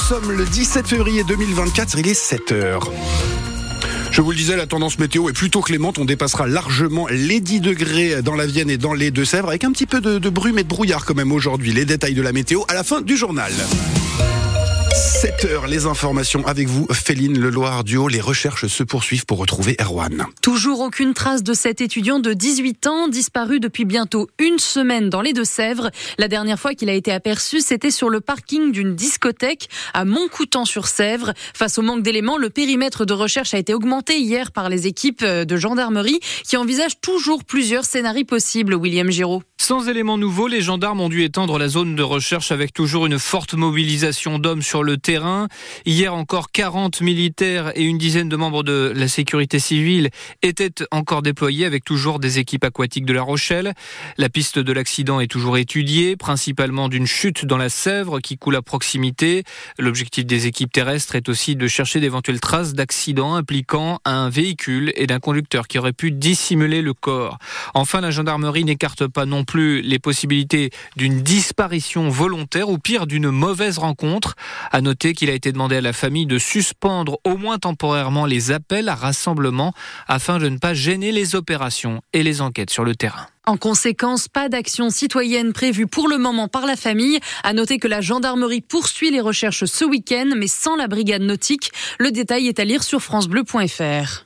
sommes le 17 février 2024, il est 7h. Je vous le disais, la tendance météo est plutôt clémente. On dépassera largement les 10 degrés dans la Vienne et dans les Deux-Sèvres, avec un petit peu de brume et de brouillard quand même aujourd'hui. Les détails de la météo à la fin du journal. 7h, les informations avec vous, Féline Leloir-Duhaut. Les recherches se poursuivent pour retrouver Erwan. Toujours aucune trace de cet étudiant de 18 ans, disparu depuis bientôt une semaine dans les Deux-Sèvres. La dernière fois qu'il a été aperçu, c'était sur le parking d'une discothèque à Montcoutan-sur-Sèvre. Face au manque d'éléments, le périmètre de recherche a été augmenté hier par les équipes de gendarmerie qui envisagent toujours plusieurs scénarios possibles, William Giraud. Sans éléments nouveaux, les gendarmes ont dû étendre la zone de recherche avec toujours une forte mobilisation d'hommes sur le terrain. Hier encore, 40 militaires et une dizaine de membres de la sécurité civile étaient encore déployés avec toujours des équipes aquatiques de La Rochelle. La piste de l'accident est toujours étudiée, principalement d'une chute dans la Sèvre qui coule à proximité. L'objectif des équipes terrestres est aussi de chercher d'éventuelles traces d'accidents impliquant un véhicule et d'un conducteur qui aurait pu dissimuler le corps. Enfin, la gendarmerie n'écarte pas non plus les possibilités d'une disparition volontaire ou pire d'une mauvaise rencontre. À noter qu'il a été demandé à la famille de suspendre au moins temporairement les appels à rassemblement afin de ne pas gêner les opérations et les enquêtes sur le terrain. En conséquence, pas d'action citoyenne prévue pour le moment par la famille. À noter que la gendarmerie poursuit les recherches ce week-end, mais sans la brigade nautique. Le détail est à lire sur francebleu.fr.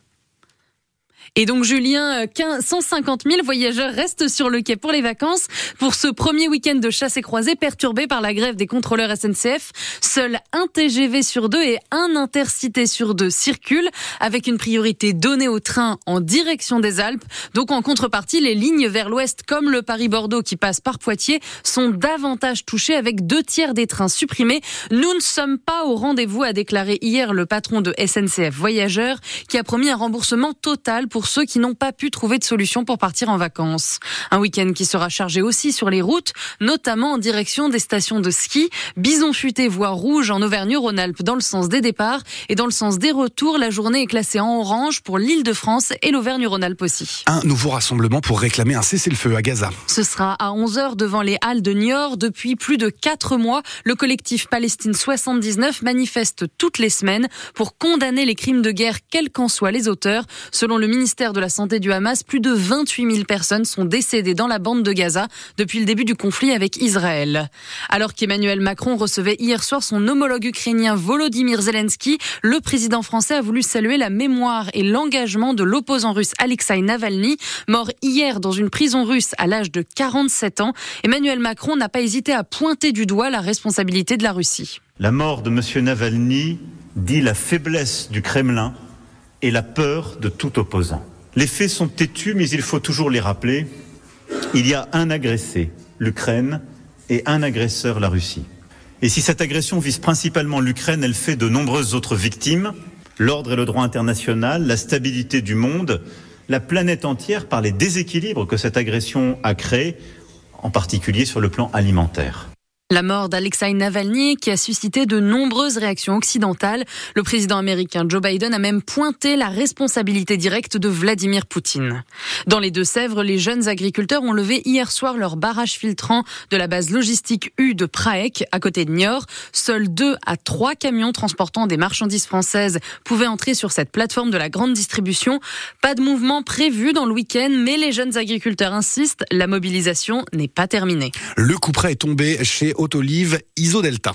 Et donc Julien, 150 000 voyageurs restent sur le quai pour les vacances. Pour ce premier week-end de chasse et croisée perturbé par la grève des contrôleurs SNCF, seul un TGV sur 2 et un Intercité sur 2 circulent, avec une priorité donnée aux trains en direction des Alpes. Donc en contrepartie, les lignes vers l'ouest comme le Paris-Bordeaux qui passe par Poitiers sont davantage touchées avec 2/3 des trains supprimés. Nous ne sommes pas au rendez-vous, a déclaré hier le patron de SNCF Voyageurs, qui a promis un remboursement total pour ceux qui n'ont pas pu trouver de solution pour partir en vacances. Un week-end qui sera chargé aussi sur les routes, notamment en direction des stations de ski. Bison futé voie rouge en Auvergne-Rhône-Alpes dans le sens des départs et dans le sens des retours. La journée est classée en orange pour l'Île-de-France et l'Auvergne-Rhône-Alpes aussi. Un nouveau rassemblement pour réclamer un cessez-le-feu à Gaza. Ce sera à 11h devant les halles de Niort. Depuis plus de 4 mois, le collectif Palestine 79 manifeste toutes les semaines pour condamner les crimes de guerre, quels qu'en soient les auteurs. Selon le ministère de la Santé du Hamas, plus de 28 000 personnes sont décédées dans la bande de Gaza depuis le début du conflit avec Israël. Alors qu'Emmanuel Macron recevait hier soir son homologue ukrainien Volodymyr Zelensky, le président français a voulu saluer la mémoire et l'engagement de l'opposant russe Alexeï Navalny, mort hier dans une prison russe à l'âge de 47 ans. Emmanuel Macron n'a pas hésité à pointer du doigt la responsabilité de la Russie. La mort de M. Navalny dit la faiblesse du Kremlin et la peur de tout opposant. Les faits sont têtus, mais il faut toujours les rappeler. Il y a un agressé, l'Ukraine, et un agresseur, la Russie. Et si cette agression vise principalement l'Ukraine, elle fait de nombreuses autres victimes. L'ordre et le droit international, la stabilité du monde, la planète entière par les déséquilibres que cette agression a créés, en particulier sur le plan alimentaire. La mort d'Alexeï Navalny qui a suscité de nombreuses réactions occidentales. Le président américain Joe Biden a même pointé la responsabilité directe de Vladimir Poutine. Dans les Deux-Sèvres, les jeunes agriculteurs ont levé hier soir leur barrage filtrant de la base logistique U de Praec, à côté de Niort. Seuls 2 à 3 camions transportant des marchandises françaises pouvaient entrer sur cette plateforme de la grande distribution. Pas de mouvement prévu dans le week-end, mais les jeunes agriculteurs insistent, la mobilisation n'est pas terminée. Le couperet est tombé chez Autoliv Isodelta.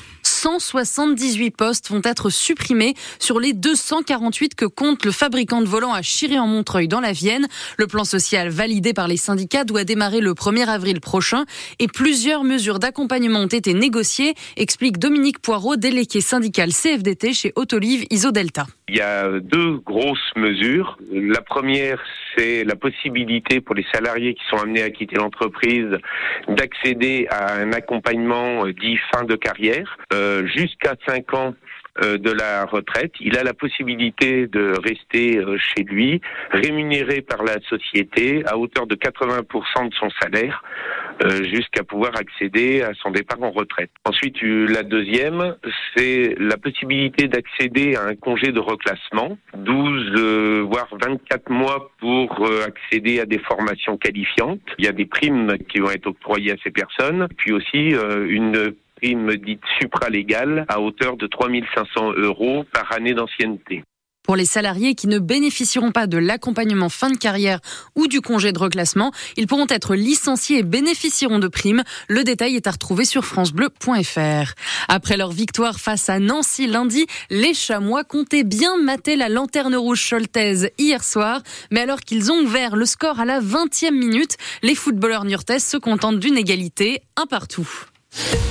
178 postes vont être supprimés sur les 248 que compte le fabricant de volants à Chiré-en-Montreuil dans la Vienne. Le plan social validé par les syndicats doit démarrer le 1er avril prochain et plusieurs mesures d'accompagnement ont été négociées, explique Dominique Poirot, délégué syndical CFDT chez Autoliv Isodelta. Il y a 2 grosses mesures. La première, c'est la possibilité pour les salariés qui sont amenés à quitter l'entreprise d'accéder à un accompagnement dit fin de carrière, jusqu'à 5 ans de la retraite. Il a la possibilité de rester chez lui, rémunéré par la société à hauteur de 80% de son salaire, jusqu'à pouvoir accéder à son départ en retraite. Ensuite, la deuxième, c'est la possibilité d'accéder à un congé de reclassement, 12 voire 24 mois pour accéder à des formations qualifiantes. Il y a des primes qui vont être octroyées à ces personnes, puis aussi une prime dite supralégale à hauteur de 3 500 € par année d'ancienneté. Pour les salariés qui ne bénéficieront pas de l'accompagnement fin de carrière ou du congé de reclassement, ils pourront être licenciés et bénéficieront de primes. Le détail est à retrouver sur francebleu.fr. Après leur victoire face à Nancy lundi, les Chamois comptaient bien mater la lanterne rouge choltaise hier soir. Mais alors qu'ils ont ouvert le score à la 20e minute, les footballeurs niortais se contentent d'une égalité, un partout.